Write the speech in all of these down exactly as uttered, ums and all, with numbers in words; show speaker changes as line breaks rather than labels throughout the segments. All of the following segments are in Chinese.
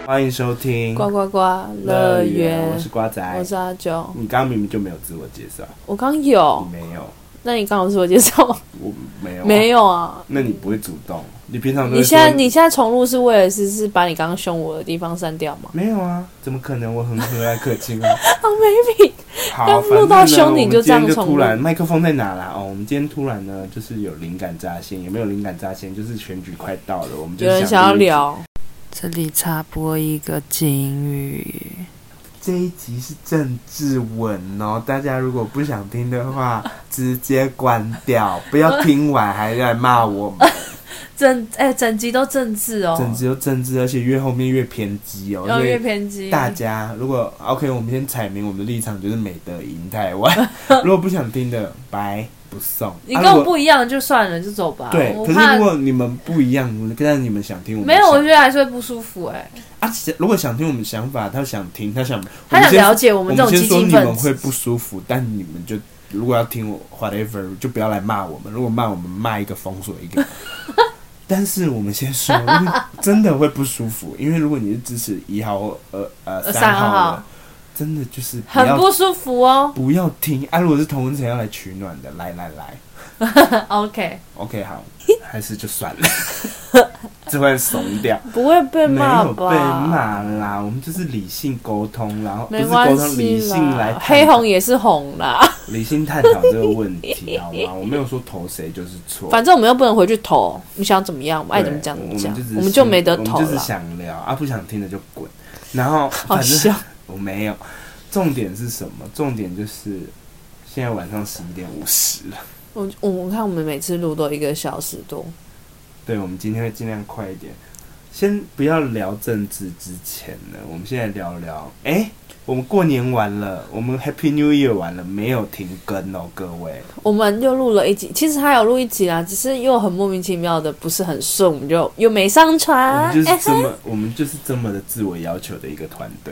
欢迎收听
呱呱呱乐园，
我是瓜仔，
我是阿九。
你刚刚明明就没有自我介绍。
我刚有，
你没有？
那你刚有自我介绍？
我没有、啊，
没有啊。
那你不会主动？你平常都
你现在你现在重录是为了是是把你刚刚凶我的地方删掉吗？
没有啊，怎么可能？我很和蔼可亲啊。
好没品。
好，
录到凶你就这样重录。
我们今天就突然麦克风在哪啦？哦，我们今天突然呢，就是有灵感乍现，有没有灵感乍现？就是选举快到了，我们就
有人想要聊。这里插播一个警语。
这一集是政治文哦，大家如果不想听的话，直接关掉，不要听完还来骂我们。
整哎、欸，整集都政治哦，
整集都政治，而且越后面越偏激哦，
然后越偏激。
大家如果 OK， 我们先阐明我们的立场，就是美德赢台湾。如果不想听的，拜不送。
你跟我不一样就算了，就走吧。
对，可是如果你们不一样，但你们想听我们
没有，我觉得还是会不舒服哎、
欸。啊，如果想听我们想法，他想听，他想
他想了解我们这种激进分子。
我们先说你们会不舒服，但你们就如果要听我 whatever， 就不要来骂我们。如果骂我们，骂一个封锁一个。但是我们先说，真的会不舒服，因为如果你是支持一号、二呃三号的，真的就是不
很不舒服哦。
不要听啊！如果是同温层要来取暖的，来来来
，OK
OK 好，还是就算了，这会怂掉，
不会被骂吧？
没有被骂啦，我们就是理性沟通，然后不是沟通，理性来探讨，
黑红也是红啦。
理性探讨这个问题，好吗？我没有说投谁就是错，
反正我们又不能回去投，你想怎么样，爱怎么讲怎么讲，我们就没得投了。
我们就是想聊啊，不想听的就滚。然后反正我没有，重点是什么？重点就是现在晚上十一点五十了。
我我看我们每次录都一个小时多。
对，我们今天会尽量快一点。先不要聊政治之前呢，我们现在聊聊，哎、欸，我们过年完了，我们 Happy New Year 完了，没有停更哦，各位。
我们又录了一集，其实还有录一集啦，只是又很莫名其妙的不是很顺，我们就又没上传。
我们就是这么，我们就是这么的自我要求的一个团队。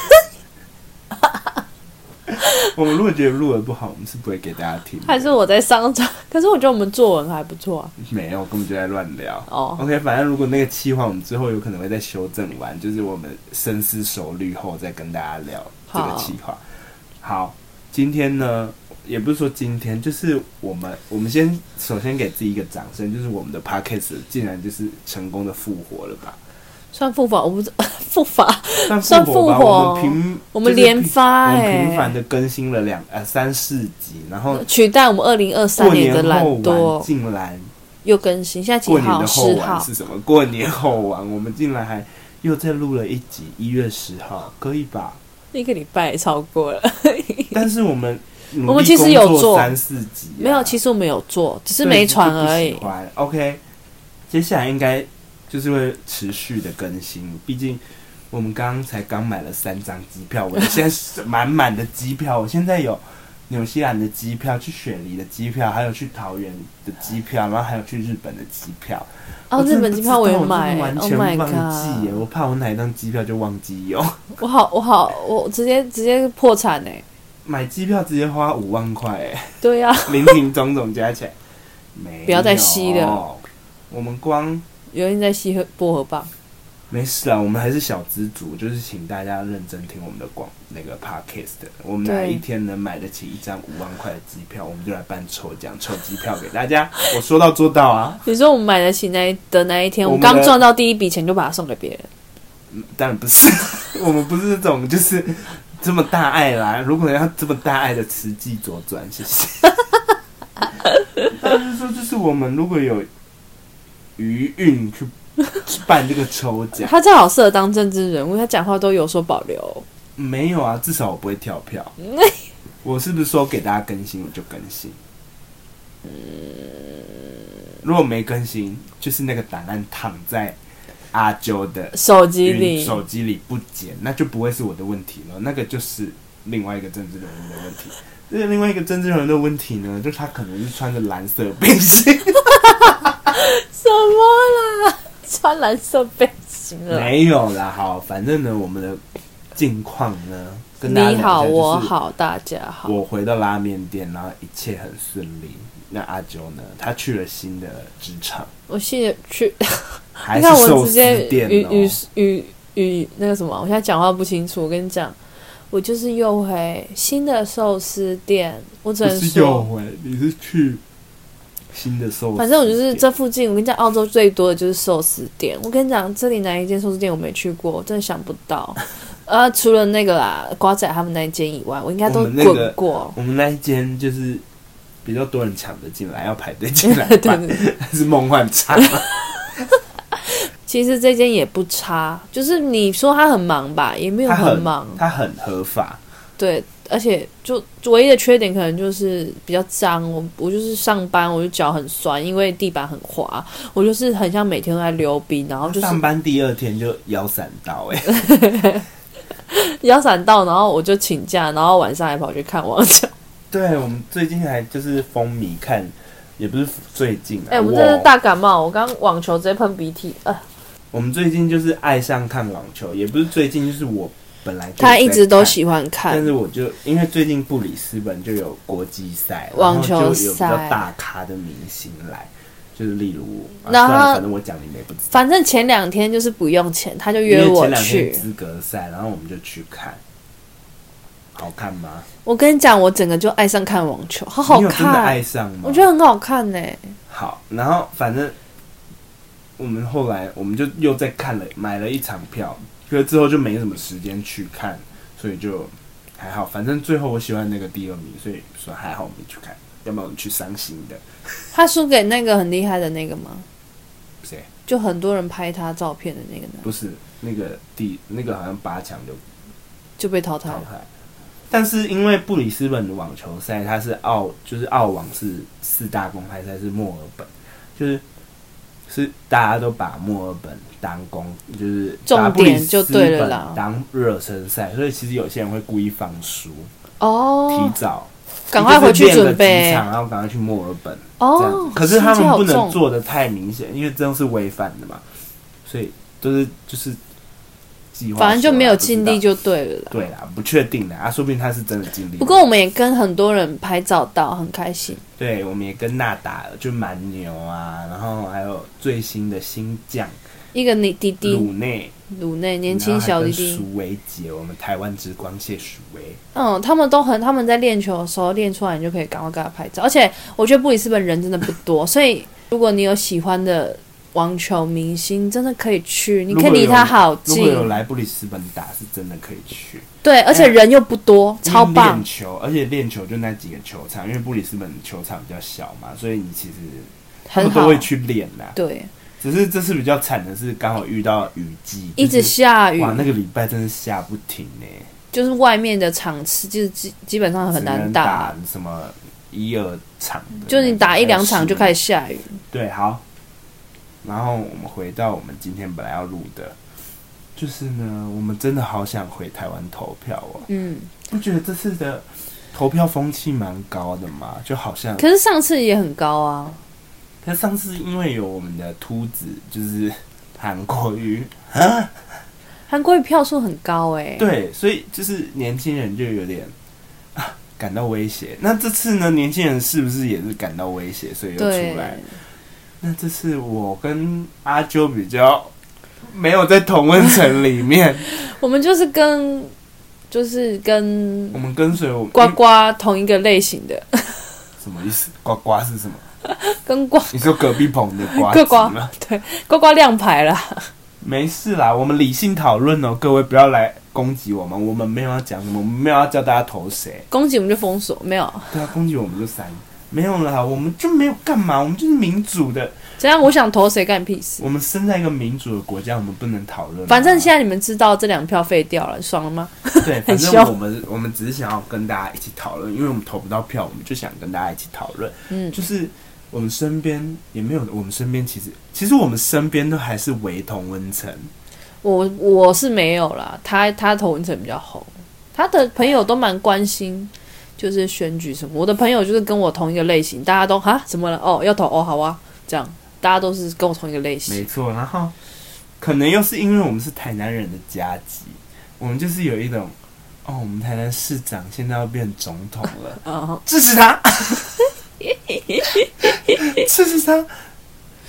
我们如果觉得录得不好，我们是不会给大家听的。
还是我在上传？可是我觉得我们作文还不错啊。
没有，根本就在乱聊。
哦、
oh. ，OK， 反正如果那个企划我们之后有可能会再修正完，就是我们深思熟虑后再跟大家聊这个企划。好，今天呢，也不是说今天，就是我们我们先首先给自己一个掌声，就是我们的 Podcast 竟然就是成功的复活了吧？
算复活，我不知复发，
算复活吧。我们频
我们连发、欸，
我们频繁的更新了两呃三四集，然后
取代我们二零二三年的懒惰，
竟然
又更新。现在几号？十号
是什么？过年后玩，我们竟然还又再录了一集，一月十号，可以吧？
一个礼拜也超过了。但
是我们
我们其实有做
三四集、啊，
没有，其实我们有做，只是没传而已。
OK， 接下来应该。就是会持续的更新，毕竟我们刚刚才刚买了三张机票，我现在是满满的机票，我现在有纽西兰的机票，去雪梨的机票，还有去桃园的机票，然后还有去日本的机票。
哦，日本机票我也买，
完全忘记耶！ Oh、我怕我哪一张机票就忘记有。
我好，我好，我直接直接破产哎！
买机票直接花五万块哎！
对呀、啊，
零零总总加起来，没
不要再吸了。
我们光。
有人在吸薄荷棒，
没事啊，我们还是小资族，就是请大家认真听我们的广那个 podcast。我们哪一天能买得起一张五万块的机票，我们就来办抽奖，抽机票给大家。我说到做到啊！
你说我们买得起那的那一天，我们刚赚到第一笔钱就把它送给别人。
嗯，当然不是，我们不是这种就是这么大爱啦。如果要这么大爱的慈济左转，谢谢。但是说，就是我们如果有。余韵去办这个抽奖，
他正好适合当政治人物，他讲话都有所保留。
没有啊，至少我不会跳票。我是不是说给大家更新我就更新？嗯，如果没更新，就是那个档案躺在阿啾的
手机里，
手机里不剪，那就不会是我的问题了，那个就是另外一个政治人物的问题。这个另外一个政治人物的问题呢，就是他可能是穿着蓝色背心。
什么啦？穿蓝色背心了？
没有啦，好，反正呢，我们的近况呢，跟大家聊一下，
你好，我好，大家好。
我回到拉面店，然后一切很顺利。那阿九呢？他去了新的职场。
我现在去，
还是寿司店哦。
语语语语那个什么，我现在讲话不清楚。我跟你讲，我就是又回新的寿司店，我只能说不
是又回，你是去新的寿司店。
反正我就是这附近，我跟你讲，澳洲最多的就是寿司店。我跟你讲，这里哪一间寿司店我没去过，我真的想不到。呃，除了那个啦，瓜仔他们那一间以外，我应该都滚过。
我们那一间就是比较多人抢着进来，要排队进来办，对对对，是梦幻茶。
其实这间也不差，就是你说他很忙吧，也没有很忙，
他很合法。
对，而且就唯一的缺点可能就是比较脏。我我就是上班，我就脚很酸，因为地板很滑，我就是很像每天都在溜冰，然后就是
上班第二天就腰闪到哎、欸。
腰闪到，然后我就请假，然后晚上还跑去看网球。
对，我们最近还就是风靡看，也不是最近啊。
哎、欸，我们真的大感冒，我刚网球直接喷鼻涕。呃，
我们最近就是爱上看网球，也不是最近，就是我本来就
他一直都喜欢看，
但是我就因为最近布里斯本就有国际赛，
网球赛，
就有比较大咖的明星来。就是例如，
然后、
啊、反正我讲你们也不知道。
反正前两天就是不用钱，他就约我去。
前两天资格赛，然后我们就去看，好看吗？
我跟你讲，我整个就爱上看网球，好好看。你有
真的爱上吗？
我觉得很好看呢、欸。
好，然后反正我们后来我们就又再看了，买了一场票，可是之后就没什么时间去看，所以就还好。反正最后我喜欢那个第二名，所以说还好我没去看，要不然我们去伤心的。
他输给那个很厉害的那个吗？
谁？就
很多人拍他照片的那个呢？
不是，那个第那个好像八强就
就被淘汰了。
但是因为布里斯本的网球赛，它是澳就是澳网是四大公开赛是墨尔本，就是是大家都把墨尔本当公就是
重点就对了啦，
当热身赛，所以其实有些人会故意放输
哦，
提早。
赶快回去准备，
然后赶快去墨尔本
哦。
这样可是他们不能做的太明显，因为这样是违反的嘛，所以都是就是计划。
反正就没有尽力就对了啦。
对啦，不确定的啊，说不定他是真的尽力。
不过我们也跟很多人拍照到，很开心。
对，我们也跟纳达就蛮牛啊，然后还有最新的新将
一个你弟弟
鲁内。
鲁内年轻小弟弟
苏维姐，我们台湾之光谢淑薇。
嗯，他们都很，他们在练球的时候练出来，你就可以赶快跟他拍照。而且我觉得布里斯本人真的不多，所以如果你有喜欢的网球明星，真的可以去，你可以离他好近。
如果有来布里斯本打，是真的可以去。
对，而且人又不多，欸、超棒。
练球，而且练球就那几个球场，因为布里斯本球场比较小嘛，所以你其实他们都会去练啦。
对。
只是这次比较惨的是，刚好遇到雨季，
一直下雨。
哇，那个礼拜真是下不停呢、欸。
就是外面的场次，就是基基本上很难打。
打什么一二场的，
就你打一两场就开始下雨。
对，好。然后我们回到我们今天本来要录的，就是呢，我们真的好想回台湾投票哦。嗯，不觉得这次的投票风气蛮高的嘛？就好像，
可是上次也很高啊。
可是上次因为有我们的秃子，就是韩国瑜啊，
韩国瑜票数很高哎、欸，
对，所以就是年轻人就有点啊感到威胁。那这次呢，年轻人是不是也是感到威胁，所以又出来？那这次我跟阿啾比较没有在同温层里面，
我们就是跟就是跟
我们跟随我们
呱呱同一个类型的，
什么意思？呱呱是什么？
跟呱，
你说隔壁棚的呱呱吗？
对，呱呱亮牌啦。
没事啦，我们理性讨论哦，各位不要来攻击我们，我们没有要讲什么，我们没有要叫大家投谁，
攻击我们就封锁，没有。
对啊，攻击我们就删，没有啦，我们就没有干嘛，我们就是民主的。
怎样？我想投谁干你屁事？
我们生在一个民主的国家，我们不能讨论。
反正现在你们知道这两票废掉了，爽了吗？
对，反正我们我们只是想要跟大家一起讨论，因为我们投不到票，我们就想跟大家一起讨论。嗯，就是我们身边也没有，我们身边其实其实我们身边都还是为同温层。
我我是没有啦，他他同温层比较红，他的朋友都蛮关心。就是选举什么，我的朋友就是跟我同一个类型，大家都哈怎么了？哦，要投哦，好啊，这样大家都是跟我同一个类型。
没错，然后可能又是因为我们是台南人的家籍，我们就是有一种哦，我们台南市长现在要变总统了，支持他，支持他。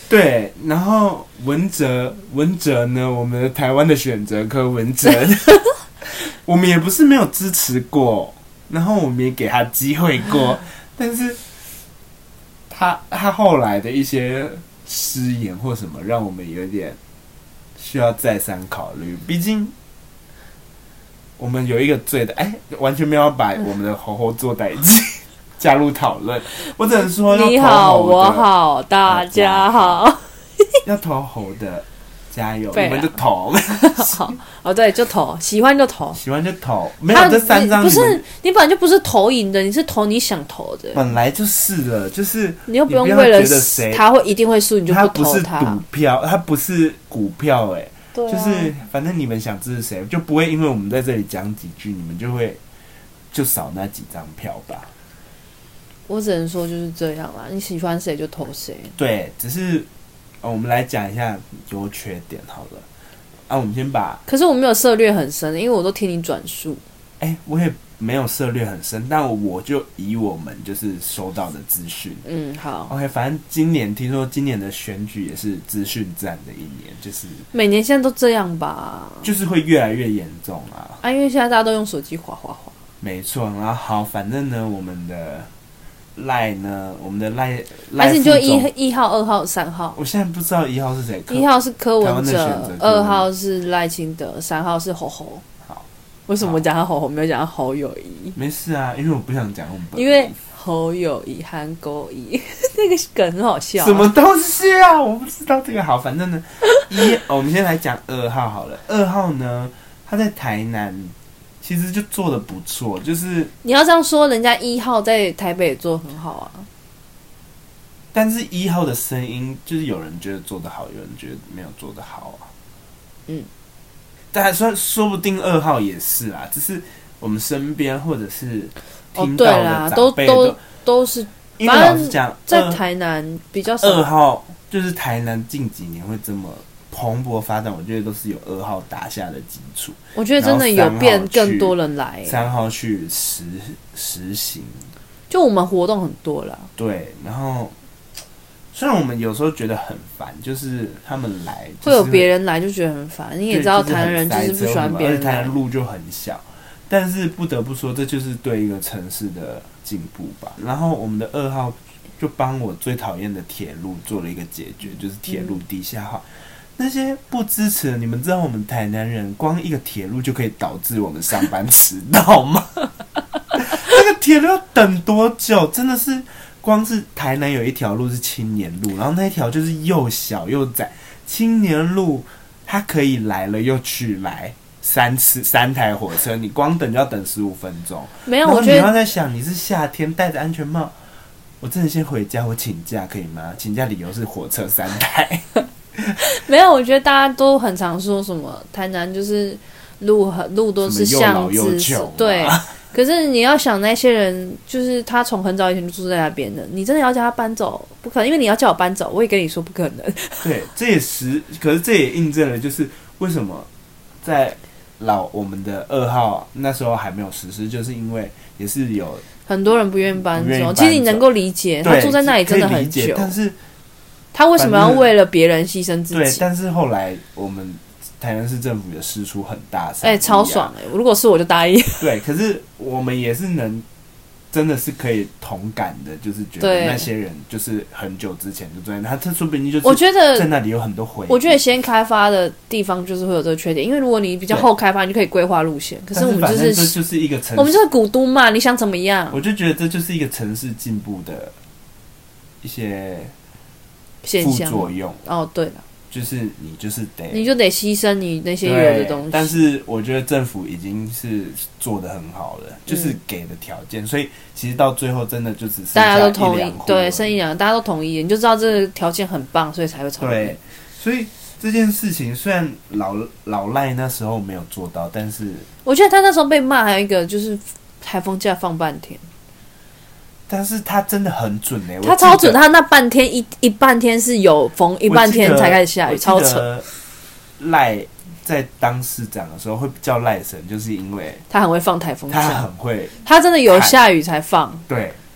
对，然后文哲文哲呢，我们的台湾的选择科文哲，我们也不是没有支持过，然后我们也给他机会过，但是他他后来的一些失言或什么，让我们有点需要再三考虑。毕竟我们有一个罪的，哎，完全没有把我们的猴猴做代志加入讨论。我只能说，
你好，我好，大家好，
要投猴的加油，
啊、
你们就投。
好哦，对，就投，喜欢就投，
喜欢就投。没有这三张，
不是你本来就不是投赢的，你是投你想投的。
本来就是了，就是
你又不用为了
谁
他会一定会输，你就不投他。
他不是赌票，他不是股票、欸，哎。
对啊、
就是反正你们想支持谁，就不会因为我们在这里讲几句，你们就会就少那几张票吧。
我只能说就是这样啦，你喜欢谁就投谁。
对，只是、哦、我们来讲一下优缺点好了。啊，我们先把……
可是我没有涉略很深，因为我都听你转述。
哎、欸，我也没有涉略很深，但我就以我们就是收到的资讯，
嗯，好
，OK， 反正今年听说今年的选举也是资讯战的一年，就是
每年现在都这样吧，
就是会越来越严重啊。
啊，因为现在大家都用手机滑滑滑。
没错，然后好，反正呢，我们的赖呢，我们的赖
还是你就一一号、二号、三号？
我现在不知道一号是谁，
一号是柯文哲，二号
是
是赖清德，三号是侯侯。为什么我讲他侯侯，没有讲他侯友宜？
没事啊，因为我不想讲我们本
因为侯友宜和勾宜那个梗很好笑、啊。
什么东西啊？我不知道这个好，反正呢，一、哦、我们先来讲二号好了。二号呢，他在台南其实就做得不错，就是
你要这样说，人家一号在台北也做得很好啊。
但是一号的声音，就是有人觉得做得好，有人觉得没有做得好啊。嗯。但说说不定二号也是啦，只是我们身边或者是听到的长辈、
哦、都都都是，
因为老实讲，
在台南比较少。
二号就是台南近几年会这么蓬勃发展，我觉得都是有二号打下的基础。
我觉得真的有变更多人来，
三号去实实行，
就我们活动很多啦。
对，然后。虽然我们有时候觉得很烦，就是他们来、就是、
会有别人来就觉得很烦。你也知道台南人就是不喜欢别人来，
而且台南路就很小。但是不得不说，这就是对一个城市的进步吧。然后我们的二号就帮我最讨厌的铁路做了一个解决，就是铁路地下化。嗯、那些不支持的，你们知道我们台南人光一个铁路就可以导致我们上班迟到吗？那个铁路要等多久？真的是。光是台南有一条路是青年路，然后那一条就是又小又窄。青年路它可以来了又去来三次三台火车，你光等就要等十五分钟。
没有，我觉得
你要在想，你是夏天戴着安全帽，我真的先回家，我请假可以吗？请假理由是火车三台。
没有，我觉得大家都很常说什么台南就是路路都是巷子，对。可是你要想那些人，就是他从很早以前就住在那边的，你真的要叫他搬走，不可能，因为你要叫我搬走，我也跟你说不可能。
对，这也实，可是这也印证了，就是为什么在老我们的二号那时候还没有实施，就是因为也是有
很多人不愿意搬走。其实你能够理解，他住在那里真的很久，
但是
他为什么要为了别人牺牲自己？
对，但是后来我们。台南市政府也释出很大善意、啊，哎、
欸，超爽哎、欸！如果是我就答应。
对，可是我们也是能，真的是可以同感的，就是觉得那些人就是很久之前就在那，他说不定就是我觉得在那里有很多回忆。
我觉得先开发的地方就是会有这个缺点，因为如果你比较后开发，你就可以规划路线。可是我们就是
这就是一个城市，
我们就是古都嘛，你想怎么样？
我就觉得这就是一个城市进步的一些
副
作用。
哦，对了。
就是你就是得，
你就得牺牲你那些有的东西。
但是我觉得政府已经是做得很好了，就是给的条件、嗯，所以其实到最后真的就只剩下
大家都同意，对，
剩
一两，大家都同意，你就知道这个条件很棒，所以才会成功。
对，所以这件事情虽然老老赖那时候没有做到，但是
我觉得他那时候被骂，还有一个就是台风假放半天。
但是他真的很准哎、欸，
他超准，他那半天一一半天是有风，一半天才开始下雨，超扯。
赖在当市长的时候会叫赖神，就是因为
他很会放台风假，
他很会，
他真的有下雨才放。
对，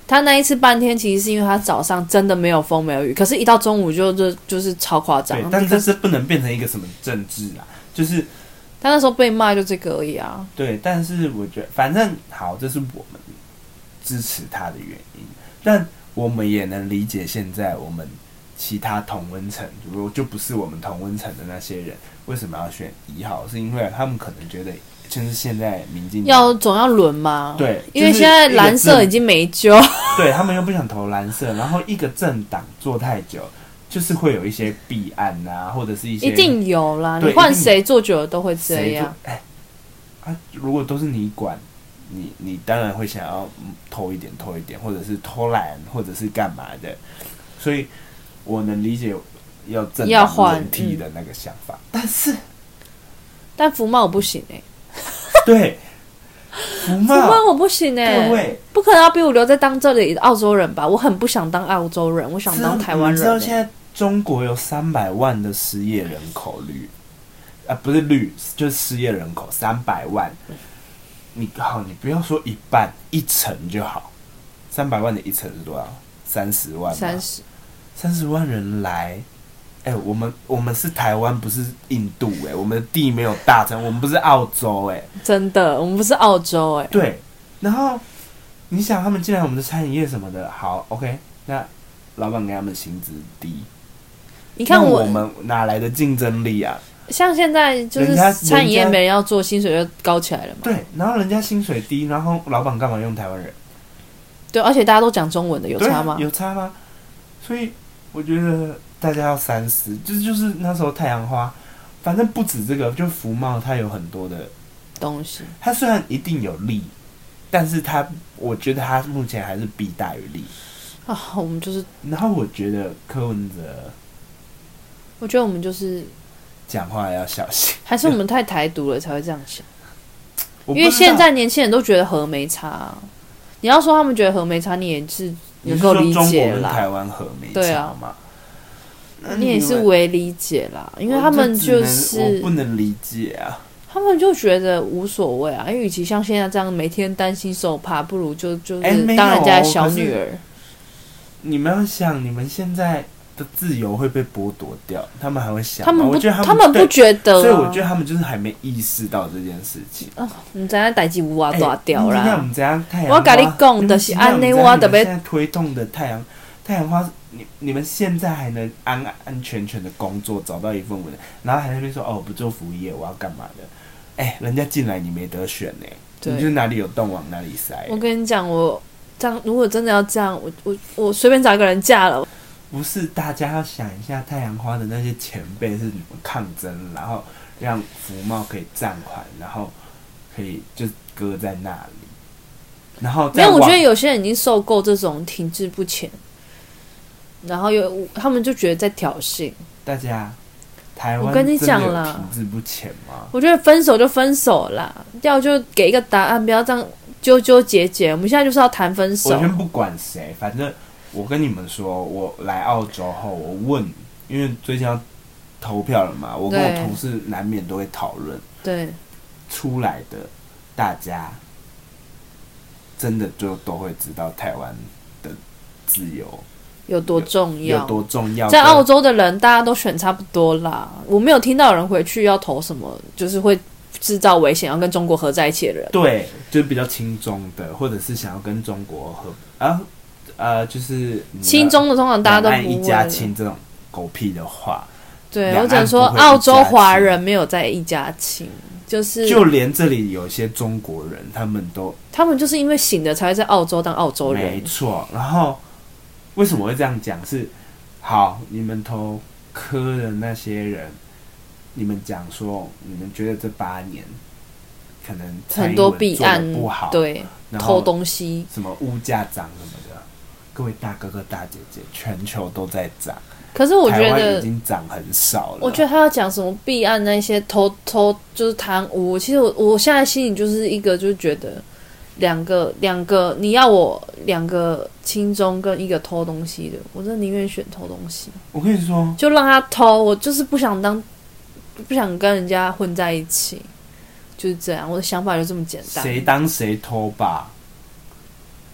他那一次半天，其实是因为他早上真的没有风没有雨，可是一到中午就就就是超夸张。
对，但这是不能变成一个什么政治啊，就是
他那时候被骂就这个而已啊。
对，但是我觉得反正好，这是我们支持他的原因，但我们也能理解现在我们其他同温层，如果就不是我们同温层的那些人，为什么要选一号？是因为他们可能觉得。就是现在民进党
要总要轮吗？
对，
因为现在蓝色已经没救。
对，他们又不想投蓝色，然后一个政党做太久，就是会有一些弊案啊，或者是一些
一定有啦，你换谁做久了都会这样。
哎、啊，如果都是你管，你你当然会想要偷一点偷一点，或者是偷懒，或者是干嘛的，所以我能理解要政党轮替的那个想法，嗯、但是
但服贸我不行哎、欸。
对，服贸
服贸我不行哎、
欸，
不可能要逼我留在当这里的澳洲人吧？我很不想当澳洲人，我想当台湾人、欸。
你知道现在中国有三百万的失业人口率，啊，不是率，就是失业人口三百万。你好，你不要说一半，一成就好。三百万的一成是多少？三十万。
三十，
三十万人来。哎、欸，我们我们是台湾，不是印度哎、欸，我们的地没有大成，我们不是澳洲哎、欸，
真的，我们不是澳洲哎、欸。
对，然后你想他们进来我们的餐饮业什么的，好 ，OK， 那老板给他们薪资低，
你看我，
我们哪来的竞争力啊？
像现在就是餐饮业没人要做，薪水就高起来了嘛。
对，然后人家薪水低，然后老板干嘛用台湾人？
对，而且大家都讲中文的，有差吗？
有差吗？所以我觉得。大家要三思，就是就是那时候太阳花，反正不止这个，就服贸它有很多的
东西。
它虽然一定有利，但是它我觉得它目前还是弊大于利
啊。我们就是，
然后我觉得柯文哲，
我觉得我们就是
讲话要小心，
还是我们太台独了才会这样想。因为现在年轻人都觉得和没差、啊，你要说他们觉得和没差，你也是能够理解啦。
你是说中国跟台湾和没差吗？
你也是为理解啦，因为他们就是
我不能理解啊，
他们就觉得无所谓啊，因为与其像现在这样每天担心受怕，不如就就是当人家的小女儿。
你们要想，你们现在的自由会被剥夺掉，他们还会想吗？
他们不，
我觉得他们
他们不觉得、啊，
所以我觉得他们就是还没意识到这件事情。
啊，我们知影代志有我大条啦。
你看我们怎样太阳花，
我跟你讲，就是安尼，我特别
现在推动的太阳太阳花。你你们现在还能安安全全的工作，找到一份稳定，然后还在那边说哦，我不做服务业，我要干嘛的？哎、欸，人家进来你没得选呢、欸，你就哪里有洞往哪里塞、欸。
我跟你讲，我这样如果真的要这样，我我我随便找一个人嫁了。
不是，大家要想一下，太阳花的那些前辈是你们抗争，然后让服贸可以暂缓，然后可以就搁在那里，然后
没有，我觉得有些人已经受够这种停滞不前。然后有他们就觉得在挑衅
大家，台湾
我跟你讲啦，
停滞不前吗？
我觉得分手就分手啦，要就给一个答案，不要这样纠纠结结。我们现在就是要谈分手。
我先不管谁，反正我跟你们说，我来澳洲后，我问，因为最近要投票了嘛，我跟我同事难免都会讨论。
对，
出来的大家真的就都会知道台湾的自由。
有多重要？
有多重要？
在澳洲的人，大家都选差不多啦。我没有听到有人回去要投什么，就是会制造危险，要跟中国合在一起的人。
对，就是比较亲中的，或者是想要跟中国合啊呃，就是
亲中的，通常大家都不会
一家亲这种狗屁的话。
对，我只能说，澳洲华人没有在一家亲，就是
就连这里有些中国人，他们都
他们就是因为醒的才会在澳洲当澳洲人。
没错，然后。为什么会这样讲？是好，你们投科的那些人，你们讲说，你们觉得这八年可能
很多弊案
不好，
对，偷东西，
什么物价涨什么的，各位大哥哥大姐姐，全球都在涨。
可是我觉得
台湾已经涨很少了。
我觉得他要讲什么弊案那些偷偷就是贪污，其实我我现在心里就是一个就是觉得。两个两个，你要我两个亲中跟一个偷东西的，我真的宁愿选偷东西。
我跟你说，
就让他偷，我就是不想当，不想跟人家混在一起，就是这样。我的想法就这么简单。
谁当谁偷吧，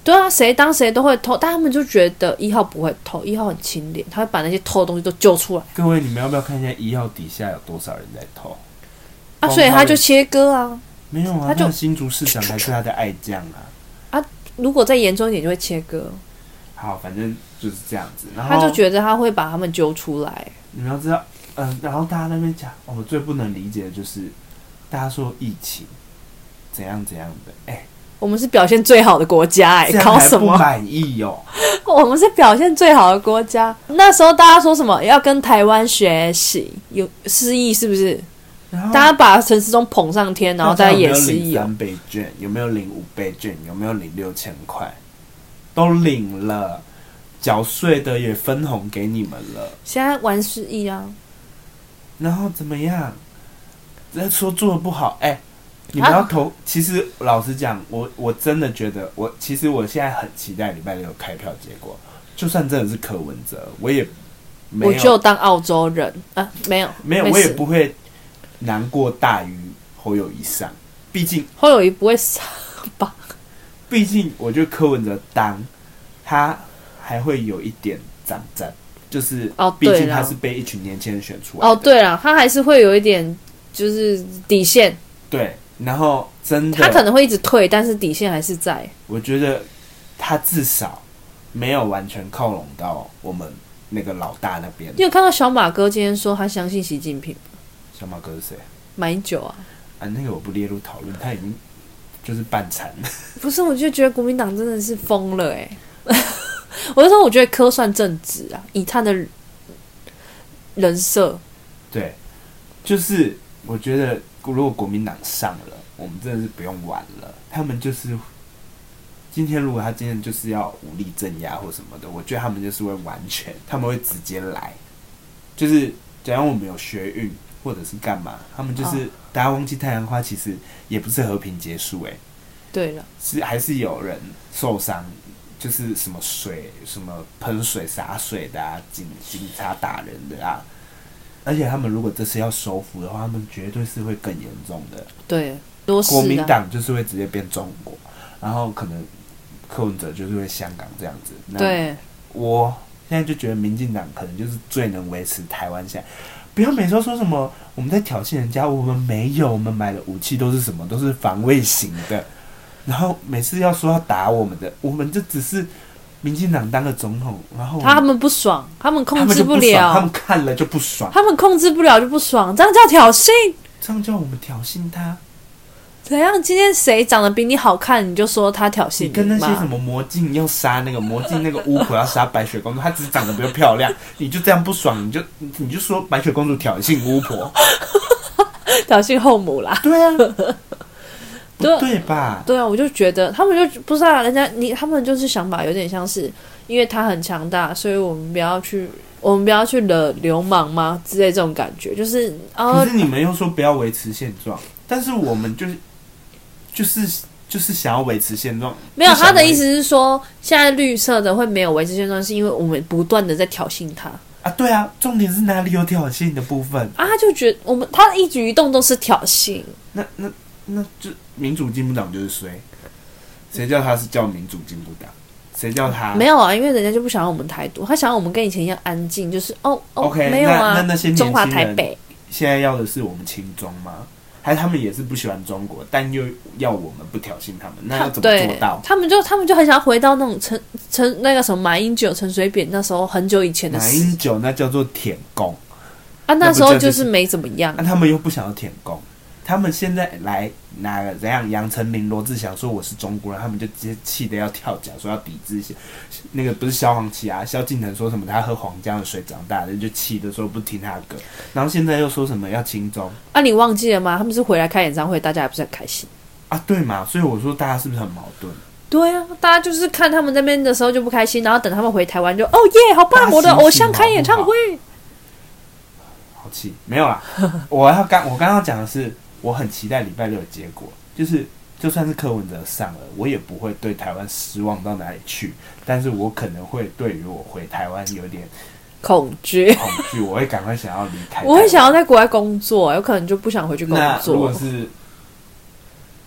对啊，谁当谁都会偷，但他们就觉得一号不会偷，一号很清廉，他会把那些偷的东西都揪出来。
各位，你们要不要看一下一号底下有多少人在偷？
啊，所以他就切割啊。
没有啊，他就新竹市长还是他的爱将啊。
啊，如果再严重一点就会切割。
好，反正就是这样子。然后
他就觉得他会把他们揪出来。
你们要知道，嗯、呃，然后大家在那边讲，我最不能理解的就是大家说疫情怎样怎样的，哎、欸，
我们是表现最好的国家、欸，哎，搞什么？
不满意哦。
我们是表现最好的国家。那时候大家说什么要跟台湾学习，有失忆是不是？大家把陈时中捧上天，然后大家也失忆、哦。
有没有领三倍券？有没有领五倍券？有没有领六千块？都领了，缴税的也分红给你们了。
现在玩失忆啊。
然后怎么样？在说做的不好，哎、欸，你们要投。啊、其实老实讲，我我真的觉得，我其实我现在很期待礼拜六开票结果。就算真的是柯文哲，我也没有，
我就当澳洲人啊，没有
没有，我也不会难过大于侯友宜上。毕竟
侯友宜不会上吧？
毕竟我觉得柯文哲当他还会有一点掌战。就是哦，毕竟他是被一群年轻人选出来的。
哦，对了，他还是会有一点就是底线。
对，然后真的，
他可能会一直退，但是底线还是在。
我觉得他至少没有完全靠拢到我们那个老大那边。
你有看到小马哥今天说他相信习近平吗？
小马哥是谁？
马英九啊。
啊，那个我不列入讨论，他已经就是半残了。
不是，我就觉得国民党真的是疯了哎、欸。我就说，我觉得柯算正直啊，以他的人设。
对，就是我觉得，如果国民党上了，我们真的是不用玩了。他们就是今天，如果他今天就是要武力镇压或什么的，我觉得他们就是会完全，他们会直接来。就是假如我们有学运或者是干嘛，他们就是、哦、大家忘记太阳花其实也不是和平结束、欸，哎，
对了，
是还是有人受伤。就是什么水、什么喷水、洒水的啊，警警察打人的啊，而且他们如果这次要收复的话，他们绝对是会更严重的。
对，多是、啊、
国民党就是会直接变中国，然后可能柯文哲就是会香港这样子。
对，
我现在就觉得民进党可能就是最能维持台湾现在。不要每次都说什么我们在挑衅人家，我们没有，我们买的武器都是什么，都是防卫型的。然后每次要说要打我们的，我们就只是民进党当个总统，然后
他们不爽，他们控制不了，
他们, 不他们看了就不爽，
他们控制不了就不爽，这样叫挑衅，
这样叫我们挑衅他？
怎样？今天谁长得比你好看，你就说他挑衅你？
你跟那些什么魔镜要杀那个魔镜那个巫婆要杀白雪公主，她只是长得比较漂亮，你就这样不爽，你就你就说白雪公主挑衅巫婆，
挑衅后母啦？
对啊。对, 对吧？
对啊，我就觉得他们就不是啊，人家你他们就是想法有点像是，因为他很强大，所以我们不要去，我们不要去惹流氓吗？之类这种感觉，就是啊。
可是你们又说不要维持现状，但是我们就是就是就是想要维持现状。
没有，他的意思是说，现在绿色的会没有维持现状，是因为我们不断的在挑衅他
啊。对啊，重点是哪里有挑衅的部分
啊？他就觉得我们他的一举一动都是挑衅。
那那那就。民主进步党就是衰，谁叫他是叫民主进步党？谁叫他
没有啊？因为人家就不想让我们台独，他想要我们跟以前一样安静，就是哦哦，
okay,
没有啊。
那那那些年轻人
中华台北
现在要的是我们亲中吗？还是他们也是不喜欢中国，但又要我们不挑衅他们？那要怎么做到？
他们就他们就很想要回到那种陈陈那个什么马英九、陈水扁那时候很久以前的事。
马英九那叫做舔共
啊，那时候就是没怎么样。
那、啊、他们又不想要舔共。他们现在来拿个怎样？杨丞琳、罗志祥说我是中国人，他们就直接气得要跳脚，说要抵制。那个不是萧煌奇啊，萧敬腾说什么他喝黄江的水长大的，就气的说不听他的歌。然后现在又说什么要亲中
啊？你忘记了吗？他们是回来开演唱会，大家也不是很开心
啊？对嘛？所以我说大家是不是很矛盾？
对啊，大家就是看他们那边的时候就不开心，然后等他们回台湾就哦耶，好棒！我的偶像开演唱会，
好气没有啦。我要刚我刚刚讲的是。我很期待礼拜六的结果，就是就算是柯文哲上了，我也不会对台湾失望到哪里去，但是我可能会对于我回台湾有点
恐惧，
恐惧，我会赶快想要离开。
我会想要在国外工作，有可能就不想回去工作。
那如果是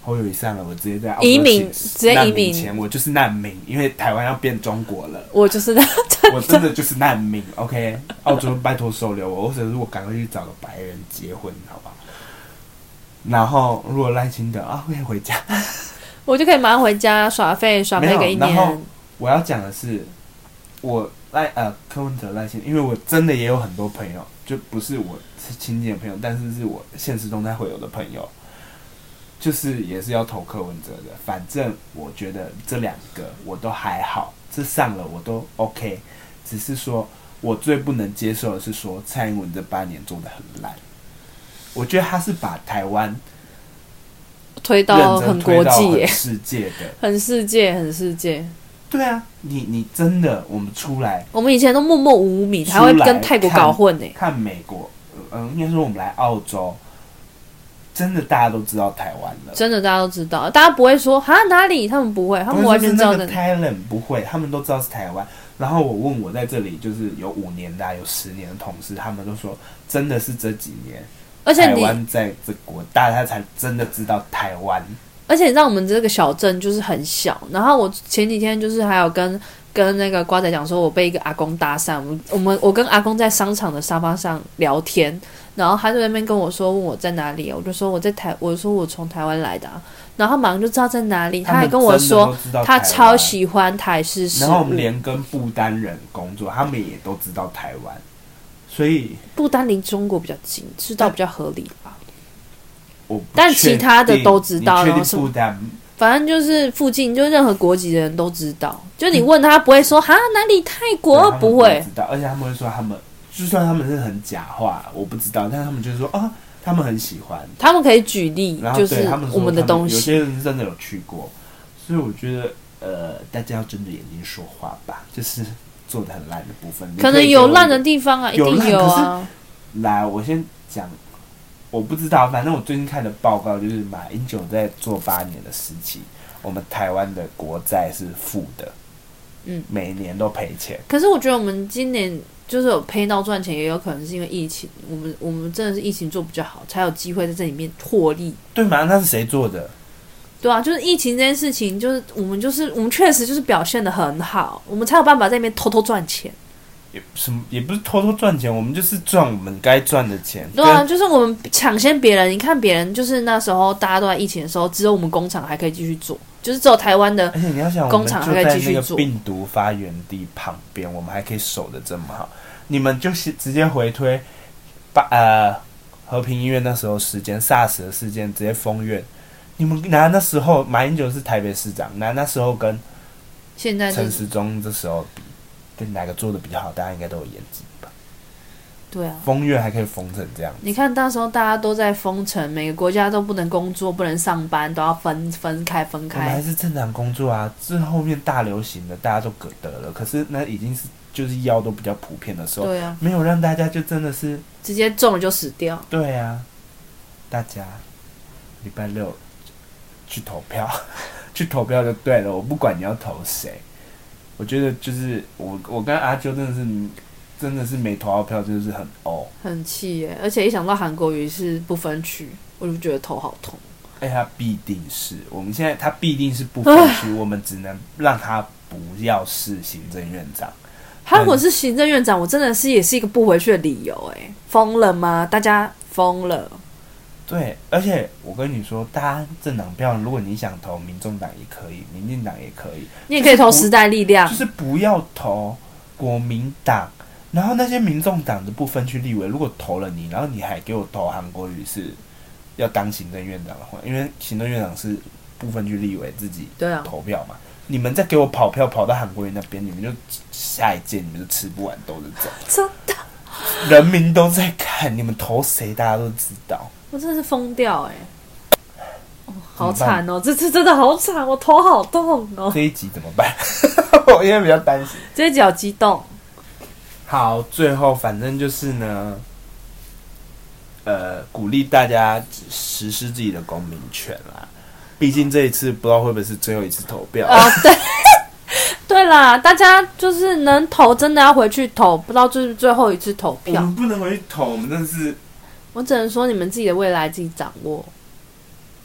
侯友宜散了，我直接在澳洲
移民，直接移民
前，我就是难民，因为台湾要变中国了。
我就是那，
我真的就是难民。OK， 澳洲拜托收留我，或者是我赶快去找个白人结婚，好不好？然后如果赖清德啊，可以回家，
我就可以马上回家耍废，耍废个一年。
然后我要讲的是，我赖呃柯文哲赖清德，因为我真的也有很多朋友，就不是我亲近的朋友，但是是我现实中在会有的朋友。就是也是要投柯文哲的，反正我觉得这两个我都还好，这上了我都 OK， 只是说我最不能接受的是说蔡英文这八年做得很烂，我觉得他是把台湾
推到很国际耶，
很世界的，
很世界，很世界。
对啊，你你真的我们出来，
我们以前都默默无名，还会跟泰国搞混呢。
看美国，嗯，应该说我们来澳洲。真的大家都知道台湾了，
真的大家都知道，大家不会说哈哪里，他们不会，他们完全知道的。
Thailand 不会，他们都知道是台湾。然后我问我在这里就是有五年的、啊、有十年的同事，他们都说真的是这几年，
而且
台湾在这国大家才真的知道台湾。
而且你知道我们这个小镇就是很小，然后我前几天就是还有跟跟那个瓜仔讲说，我被一个阿公搭讪，我们我们我跟阿公在商场的沙发上聊天。然后他就在那边跟我说，问我在哪里，我就说我在台，我说我从台湾来的、啊，然后他马上就知道在哪里。他还跟我说，他超喜欢台式食物。
然后我们连跟不丹人工作，他们也都知道台湾，所以
不丹离中国比较近，知道比较合理吧？
我
但其他的都知道，
然后什么？
反正就是附近，就任何国籍的人都知道。就你问他，不会说哈哪里泰国，不会。
知道，而且他们会说他们。就算他们是很假话，我不知道，但是他们就是说啊，他们很喜欢，
他们可以举例，就是我
们
的东西。
有些人真的有去过，所以我觉得呃，大家要睁着眼睛说话吧，就是做的很烂的部分，
可能有烂的地方啊，一定有啊。
来，我先讲，我不知道，反正我最近看的报告就是马英九在做八年的时期，我们台湾的国债是负的，嗯，每年都赔钱。
可是我觉得我们今年。就是有赔到赚钱，也有可能是因为疫情。我们我们真的是疫情做比较好，才有机会在这里面获利。
对嘛？那是谁做的？
对啊，就是疫情这件事情，就是我们就是我们确实就是表现得很好，我们才有办法在那边偷偷赚钱。
也什么也不是偷偷赚钱，我们就是赚我们该赚的钱。
对啊，就是我们抢先别人。你看别人，就是那时候大家都在疫情的时候，只有我们工厂还可以继续做。就是只有台湾的工厂还可以继续做。
病毒发源地旁边，我们还可以守得这么好。你们就是直接回推，把呃和平医院那时候时间 SARS 的事件直接封院。你们拿那时候马英九是台北市长，拿那时候跟
现在
陈时中这时候比，跟哪个做的比较好？大家应该都有眼睛吧？
对啊，
封院还可以封成这样。
你看那时候大家都在封城，每个国家都不能工作，不能上班，都要分分开分开。
我们还是正常工作啊，这后面大流行的大家都得了，可是那已经是就是药都比较普遍的时候，
对啊，
没有让大家就真的是
直接中了就死掉。
对啊，大家礼拜六去投票，去投票就对了，我不管你要投谁。我觉得就是我我跟阿啾真的是。真的是没投到票，就是很哦，
很气耶！而且一想到韩国瑜是不分区，我就觉得头好痛。
哎，他必定是我们现在，他必定是不分区，我们只能让他不要是行政院长。
他如果是行政院长，我真的是也是一个不回去的理由。哎，疯了吗？大家疯了。
对，而且我跟你说，大家政党票，如果你想投民众党也可以，民进党也可以，
你也可以投时代力量，
就是不要投国民党。然后那些民众党的不分区立委，如果投了你，然后你还给我投韩国瑜是要当行政院长的话，因为行政院长是不分区立委自己投票嘛，啊、你们再给我跑票跑到韩国瑜那边，你们就下一届你们就吃不完兜着走。
真的，
人民都在看，你们投谁大家都知道。
我真的是疯掉哎、欸哦！好惨哦，这次真的好惨，我头好痛哦。
这一集怎么办？我因为比较担心，
这一集好激动。
好，最后反正就是呢，呃，鼓励大家实施自己的公民权啦。毕竟这一次不知道会不会是最后一次投票
啊、哦？对，对啦，大家就是能投，真的要回去投，不知道就是最后一次投票。
我们不能回去投，我们真的是，
我只能说你们自己的未来自己掌握。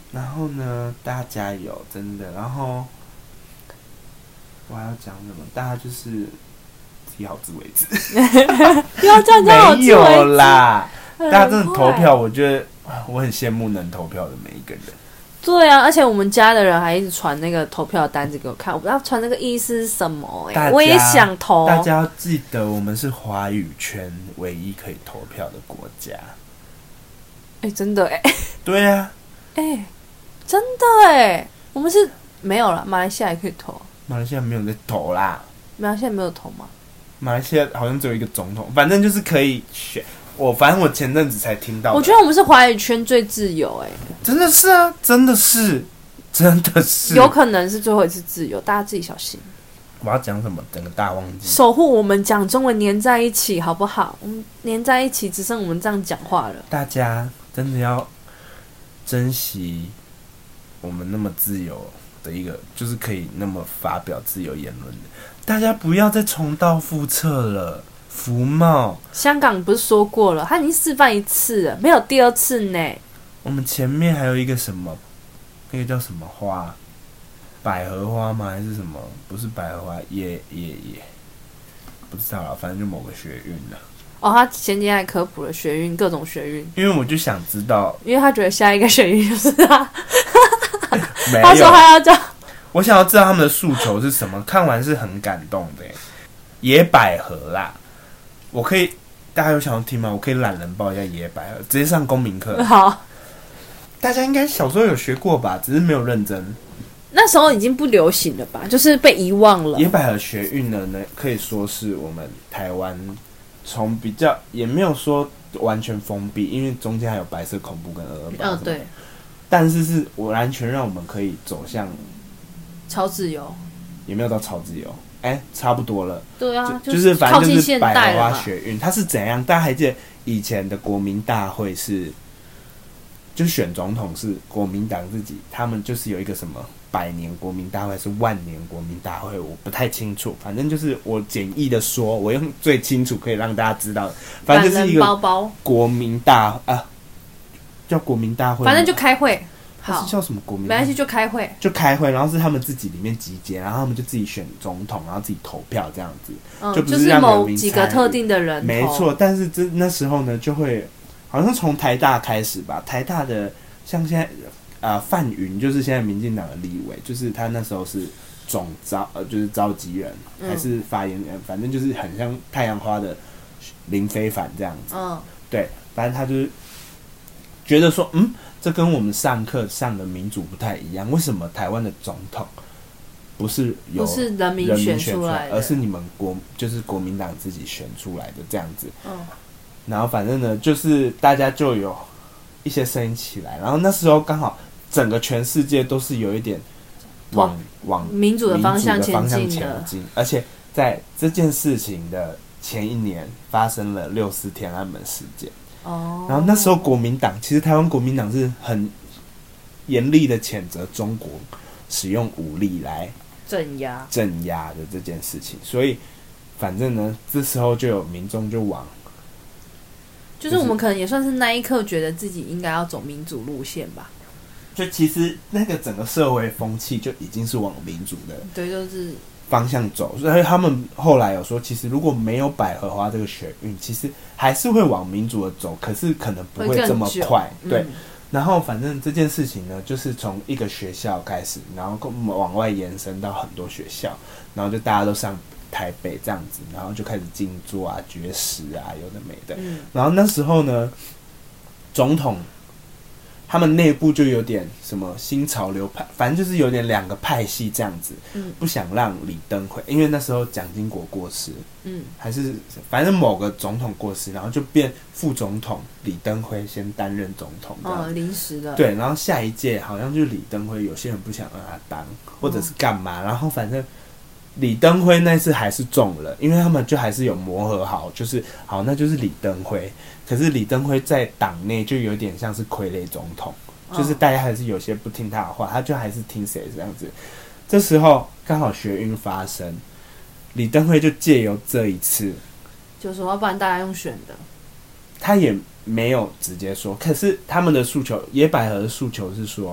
然后呢，大家加油，真的。然后我还要讲什么？大家就是自己好自为之。
不要这样讲，好自为之。
没有啦，大家真的投票，我觉得我很羡慕能投票的每一个人。
对啊，而且我们家的人还一直传那个投票的单子给我看，我不知道传那个意思是什么哎、欸，我也想投。
大家要记得，我们是华语圈唯一可以投票的国家。
哎、欸，真的哎、欸。
对啊。
哎、欸，真的哎、欸，我们是没有啦，马来西亚也可以投。
马来西亚没有在投啦。
马来西亚没有投吗？
马来西亚好像只有一个总统，反正就是可以选。我反正我前阵子才听到的，
我觉得我们是华语圈最自由哎、欸，
真的是啊，真的是，真的是，
有可能是最后一次自由，大家自己小心。
我要讲什么？整个大忘记。
守护我们讲中文黏在一起，好不好？我们黏在一起，只剩我们这样讲话了。
大家真的要珍惜我们那么自由的一个，就是可以那么发表自由言论的。大家不要再重蹈覆辙了。福茂，
香港不是说过了，他已经示范一次了，没有第二次呢。
我们前面还有一个什么，那个叫什么花？百合花吗？还是什么？不是百合花，也也也不知道了，反正就某个学运了。
哦，他前几天还科普了学运，各种学运。
因为我就想知道，
因为他觉得下一个学运就是他。
没有，
他说他要叫。
我想要知道他们的诉求是什么，看完是很感动的耶。野百合啦。我可以，大家有想要听吗？我可以懒人报一下野百合，直接上公民课。
好，
大家应该小时候有学过吧，只是没有认真。
那时候已经不流行了吧，就是被遗忘了。
野百合学运呢，可以说是我们台湾从比较也没有说完全封闭，因为中间还有白色恐怖跟二二八。
嗯，对。
但是是完全让我们可以走向
超自由，
也没有到超自由。哎、欸，差不多了。
对啊，
就, 就是反正就是百合花
学
运，它是怎样？大家还记得以前的国民大会是，就是选总统是国民党自己，他们就是有一个什么百年国民大会，是万年国民大会，我不太清楚。反正就是我简易的说，我用最清楚可以让大家知道的，反正就是一个国民大啊，叫国民大会，
反正就开会。
它是叫什么国民？
没关系，就开会，
就开会，然后是他们自己里面集结，然后他们就自己选总统，然后自己投票这样子，
嗯、
就不是让
某几个特定的人。
没错，但是这那时候呢，就会好像从台大开始吧，台大的像现在啊、呃、范云就是现在民进党的立委，就是他那时候是总召呃就是召集人、嗯、还是发言人，反正就是很像太阳花的林非凡这样子。嗯，对，反正他就是觉得说，嗯。这跟我们上课上的民主不太一样，为什么台湾的总统不是由
不是人民选出来的，
而是你们国就是国民党自己选出来的这样子？嗯，然后反正呢，就是大家就有一些声音起来，然后那时候刚好整个全世界都是有一点往往
民主的方向
前
进
的，而且在这件事情的前一年发生了六四天安门事件。哦，然后那时候国民党其实台湾国民党是很严厉的谴责中国使用武力来
镇压
镇压的这件事情，所以反正呢，这时候就有民众就往，
就是我们可能也算是那一刻觉得自己应该要走民主路线吧。
就其实那个整个社会风气就已经是往民主的
对，就是
方向走，所以他们后来有说，其实如果没有百合花这个学运，其实还是会往民主的走，可是可能不会这么快。对、嗯，然后反正这件事情呢，就是从一个学校开始，然后往外延伸到很多学校，然后就大家都上台北这样子，然后就开始静坐啊、绝食啊，有的没的。嗯、然后那时候呢，总统。他们内部就有点什么新潮流派，反正就是有点两个派系这样子，嗯，不想让李登辉，因为那时候蒋经国过世，嗯，还是反正某个总统过世，然后就变副总统李登辉先担任总统，
哦，临时的，
对，然后下一届好像就是李登辉，有些人不想让他当，或者是干嘛，然后反正李登辉那次还是中了，因为他们就还是有磨合好，就是好，那就是李登辉。可是李登辉在党内就有点像是傀儡总统，就是大家还是有些不听他的话，他就还是听谁这样子。这时候刚好学运发生，李登辉就借由这一次，
就说要不然大家用选的，
他也没有直接说，可是他们的诉求，野百合的诉求是说，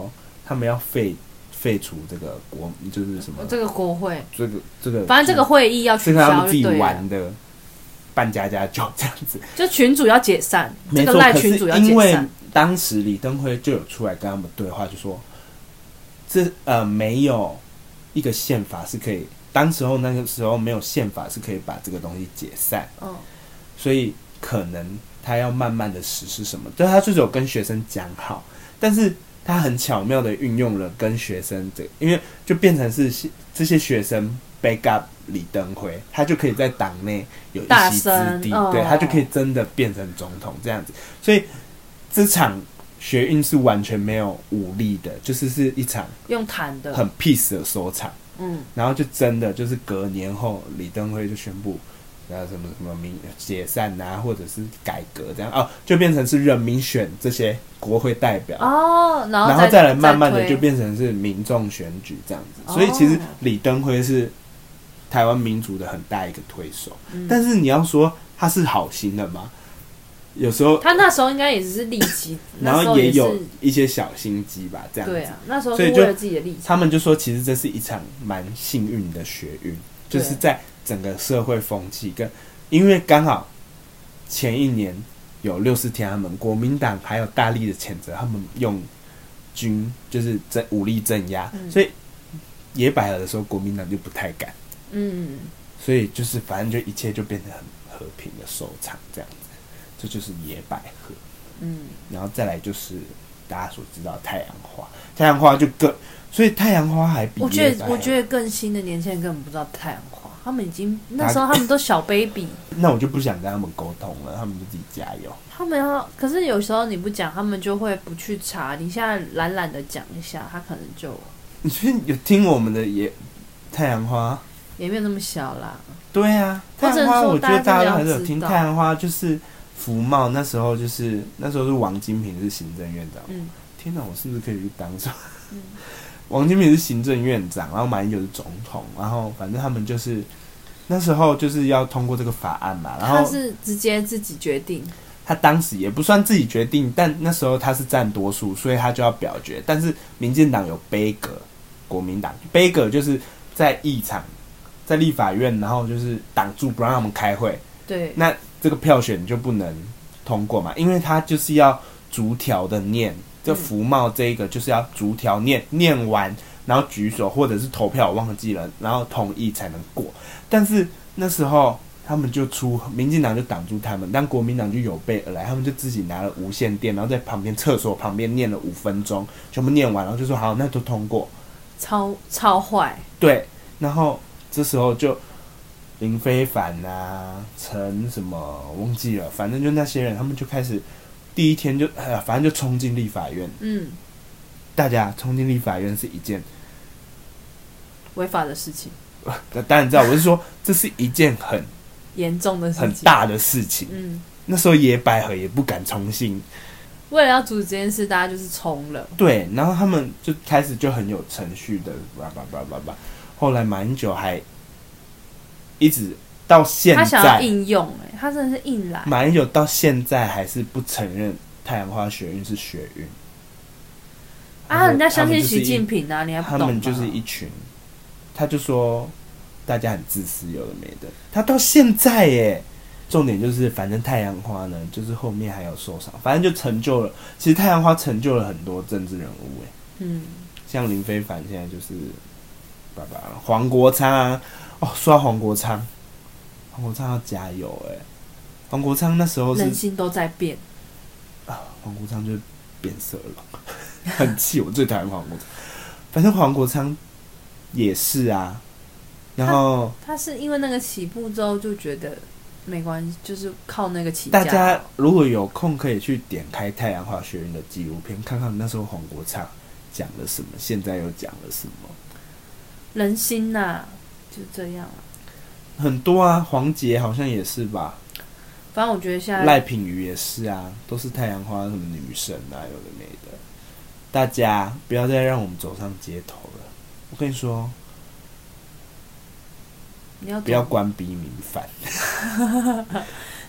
他们要废废除这个国，就是什么
这个国会，
这个这个，
反正这个会议要取消，
这个他们自己玩的扮家家酒这样子，
就群主要解散，
没错。
这个赖群主要解散。
因为当时李登辉就有出来跟他们对话，就说这呃没有一个宪法是可以，当时候那个时候没有宪法是可以把这个东西解散，嗯，所以可能他要慢慢的实施什么，对，他就是有跟学生讲好，但是他很巧妙的运用了跟学生这个，因为就变成是这些学生 back up 李登辉，他就可以在党内有一席之地，
哦、
对，他就可以真的变成总统这样子，所以这场学运是完全没有武力的，就是是一场
用谈的
很 peace 的收场，
嗯，
然后就真的就是隔年后李登辉就宣布然后什么什么民解散啊，或者是改革这样哦，就变成是人民选这些国会代表
哦，然后
然后再来慢慢的就变成是民众选举这样子，所以其实李登辉是台湾民主的很大一个推手，嗯、但是你要说他是好心的吗？有时候
他那时候应该也只是利己，
然后也有一些小心机吧，这样子。
对啊，那时候是为了自己的利益。
他们就说，其实这是一场蛮幸运的学运，就是在整个社会风气跟，因为刚好前一年有六四天安门，国民党还有大力的谴责他们用军就是武力镇压，嗯、所以野百合的时候，国民党就不太敢。嗯，所以就是反正就一切就变成很和平的收场这样子。这就是野百合，嗯，然后再来就是大家所知道的太阳花，太阳花就更，所以太阳花还比
我觉得我觉得更新的年轻人根本不知道太阳花，他们已经那时候他们都小 baby，
那我就不想跟他们沟通了，他们就自己加油。
他们要，可是有时候你不讲，他们就会不去查。你现在懒懒的讲一下，他可能就
你觉得有听我们的也太阳花
也没有那么小啦。
对啊，太阳花我觉得大家都还是有听。太阳花就是福茂那时候就是那时候是王金平是行政院长，嗯，天哪，我是不是可以去当上？嗯、王金平是行政院长，然后马英九是总统，然后反正他们就是那时候就是要通过这个法案嘛，然后
他是直接自己决定。
他当时也不算自己决定，但那时候他是占多数，所以他就要表决。但是民进党有杯葛国民党，杯葛就是在议场，在立法院，然后就是挡住不让他们开会。
对，
那这个票选就不能通过嘛，因为他就是要逐条的念，这服贸这一个就是要逐条念，念完然后举手或者是投票，我忘记了，然后同意才能过。但是那时候他们就出，民进党就挡住他们，但国民党就有备而来，他们就自己拿了无线电，然后在旁边厕所旁边念了五分钟，全部念完，然后就说好，那都通过。
超超坏。对，
然后这时候就林非凡啊，陈什么忘记了，反正就那些人，他们就开始第一天就呃，反正就冲进立法院。嗯，大家冲进立法院是一件
违法的事情。
当然知道，我是说这是一件很
严重的事情，
很大的事情。嗯，那时候野百合也不敢冲进，
为了要阻止这件事，大家就是冲了。
对，然后他们就开始就很有程序的，叭叭叭叭叭。后来马英九还一直到现在，
他想要应用、欸，他真的是硬来。
马英九到现在还是不承认太阳花学运是学运
啊！人家相信习近平啊，你还不懂吗？
他们就是一群，他就说大家很自私，有的没的。他到现在耶，重点就是反正太阳花呢，就是后面还有受伤，反正就成就了。其实太阳花成就了很多政治人物耶，嗯，像林非凡现在就是爸爸，黄国昌啊。哦，说到黄国昌，黄国昌要加油哎！黄国昌那时候是
人心都在变
啊，黄国昌就变色了，很气，我最讨厌黄国昌。反正黄国昌也是啊，然后
他, 他是因为那个起步之后就觉得没关系，就是靠那个起家。
大家如果有空可以去点开太阳花学运的纪录片，看看那时候黄国昌讲了什么，现在又讲了什么。
人心呐、啊。就这样啊，
很多啊，黄杰好像也是吧。
反正我觉得现在
赖品妤也是啊，都是太阳花什么女神啊，有的没的。大家不要再让我们走上街头了。我跟你说，
你要
不要官逼民反。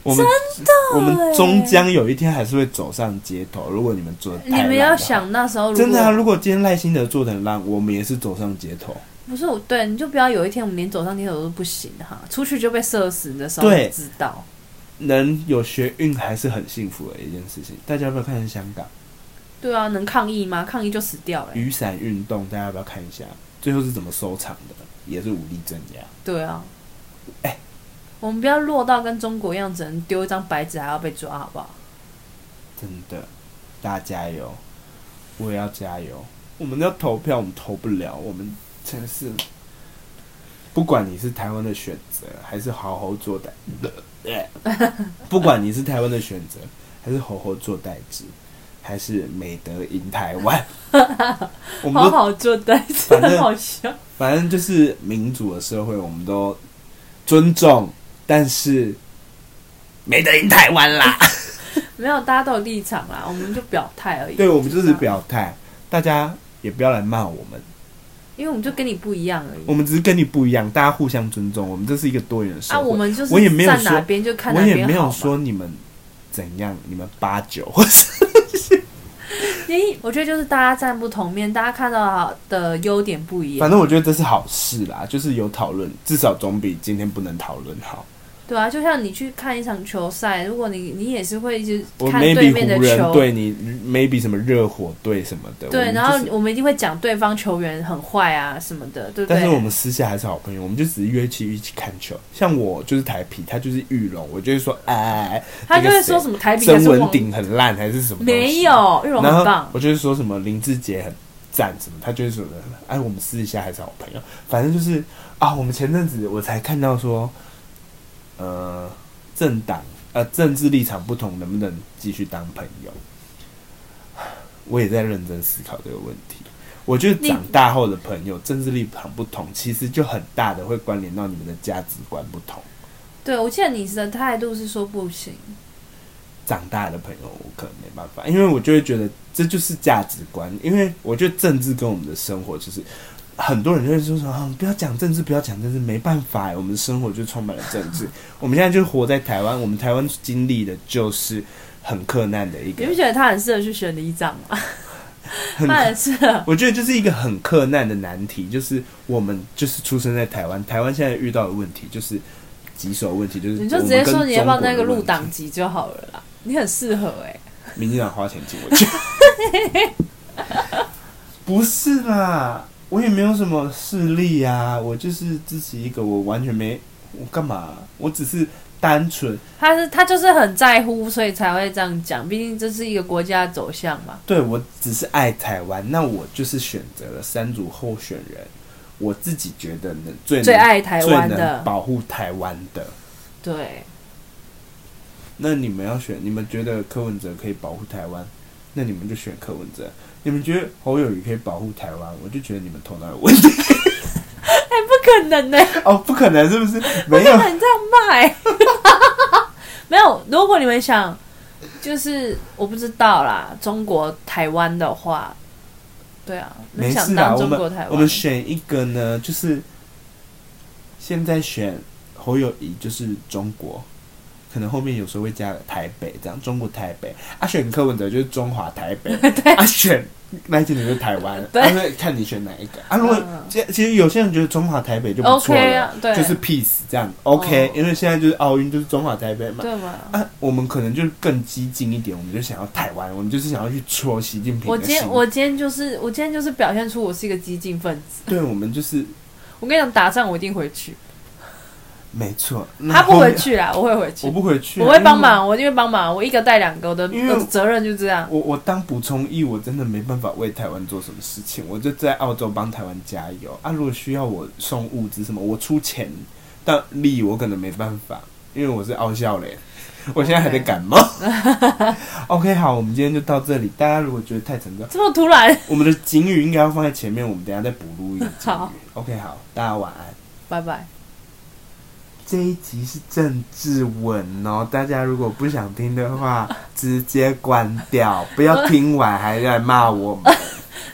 我们我们终将有一天还是会走上街头。如果你们做的太烂的话，
你们要想那时候如果
真的啊，如果今天赖清德做的很烂，我们也是走上街头。
不是我，对，你就不要有一天我们连走上街头都不行哈，出去就被射死的时候，你知道。
能有学运还是很幸福的一件事情。大家要不要看看香港？
对啊，能抗议吗？抗议就死掉了、欸。
雨伞运动，大家要不要看一下？最后是怎么收场的？也是武力镇压。
对啊，
哎、欸，
我们不要落到跟中国一样，只能丢一张白纸还要被抓，好不好？
真的，大家加油！我也要加油。我们要投票，我们投不了，我们真的是。不管你是台湾的选择，还是好好做代，不管你是台湾的选择，还是好好做代志，还是美德赢台湾，我们
好好做代志，很好笑。
反正就是民主的社会，我们都尊重，但是美德赢台湾啦。
没有，大家都有立场啦，我们就表态而已。
对，我们就是表态，大家也不要来骂我们。
因为我们就跟你不一样而已，
我们只是跟你不一样，大家互相尊重。我们这是一个多元的社会。
啊，我们就是
我也没有
站哪边就看哪
边好，
我也
没有说你们怎样，你们八九或是。
我觉得就是大家站不同面，大家看到的优点不一样。
反正我觉得这是好事啦，就是有讨论，至少总比今天不能讨论好。
对啊，就像你去看一场球赛，如果你你也是会一直看对面的球，
maybe 湖人队，你 maybe 什么热火队什么的，
对，
就是、
然后我们一定会讲对方球员很坏啊什么的，对不对？
但是我们私下还是好朋友，我们就只是约去一起看球。像我就是台啤，他就是玉龙，我就会说哎，
他就会说什么台啤
曾文鼎很烂还是什么东西，
没有，玉龙很棒。
我就会说什么林志杰很赞什么，他就会说的，哎，我们私下还是好朋友。反正就是啊，我们前阵子我才看到说，呃。政党呃政治立场不同，能不能继续当朋友？我也在认真思考这个问题。我觉得长大后的朋友，政治立场不同，其实就很大的会关联到你们的价值观不同。
对，我记得你的态度是说不行。
长大的朋友，我可能没办法，因为我就会觉得这就是价值观。因为我觉得政治跟我们的生活就是。很多人就会说说啊，不要讲政治，不要讲政治，没办法，我们的生活就充满了政治。我们现在就活在台湾，我们台湾经历的就是很克难的一个。
你不觉得他很适合去选里长吗？他很适合。
我觉得就是一个很克难的难题，就是我们就是出生在台湾，台湾现在遇到的问题就是棘手问题，就是
你就直接说你要不要那个入党籍就好了啦，你很适合哎、欸。
民进党花钱请我去，不是啦。我也没有什么势力啊，我就是支持一个我完全没我干嘛、啊？我只是单纯，
他是他就是很在乎，所以才会这样讲。毕竟这是一个国家的走向嘛。
对，我只是爱台湾，那我就是选择了三组候选人，我自己觉得能最能
最爱台湾的，
最能保护台湾的。
对。
那你们要选，你们觉得柯文哲可以保护台湾，那你们就选柯文哲。你们觉得侯友宜可以保护台湾，我就觉得你们头脑有问题。
哎、欸，不可能呢、欸！
哦，不可能，是不是？
没有，不可能这样卖。没有，如果你们想，就是我不知道啦，中国台湾的话，对啊，
没事啦，我们我们选一个呢，就是现在选侯友宜，就是中国。可能后面有时候会加台北，这样中国台北啊，选柯文哲就是中华台北，啊选赖清德就是台湾，啊看你选哪一个啊。如果、嗯、其实有些人觉得中华台北就不错了，
okay 啊、对就是
peace 这样 OK，、哦、因为现在就是奥运就是中华台北嘛，
对嘛？
啊，我们可能就更激进一点，我们就想要台湾，我们就是想要去戳习近平的心。
我今天我今天就是我今天就是表现出我是一个激进分子。
对，我们就是
我跟你讲，打仗我一定回去。
没错，
他不回去啦，我会回去。
我不回去、
啊，我会帮忙，我一定会帮忙。我一个带两个，我的我的责任就这样。
我我当补充役，我真的没办法为台湾做什么事情，我就在澳洲帮台湾加油啊！如果需要我送物资什么，我出钱，但力我可能没办法，因为我是傲笑嘞，我现在还在感冒。Okay. OK， 好，我们今天就到这里。大家如果觉得太沉重，
这么突然，
我们的警语应该要放在前面，我们等一下再补录一个警语。OK， 好，大家晚安，
拜拜。
这一集是政治文哦，大家如果不想听的话，直接关掉，不要听完还来骂我们。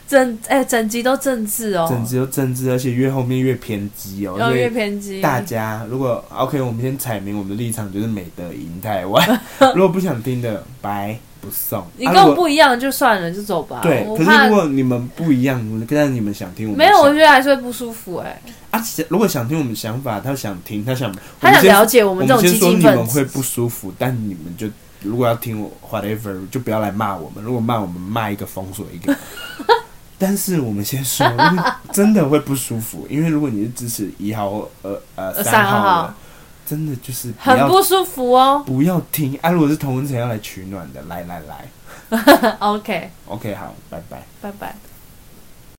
整哎、欸、整集都政治哦，
整集都政治，而且越后面越偏激哦，
越偏激。
大家如果 OK， 我们先阐明我们的立场，就是美德赢台湾。如果不想听的，拜不送。
你跟我不一样就算了，就走吧。
对，可是如果你们不一样，但你们想听我们
没有，我觉得还是会不舒服哎、
欸。啊，如果想听我们想法，他想听，他想
他想了解我们这种激进分子，
我们先说你们会不舒服，但你们就如果要听我 whatever， 就不要来骂我们。如果骂我们，骂一个封锁一个。但是我们先说，真的会不舒服，因为如果你是支持一号或呃呃三号的，真的就是
很不舒服哦。
不要听啊！如果是同温层要来取暖的，来来来。
OK
OK， 好，拜拜，
拜拜。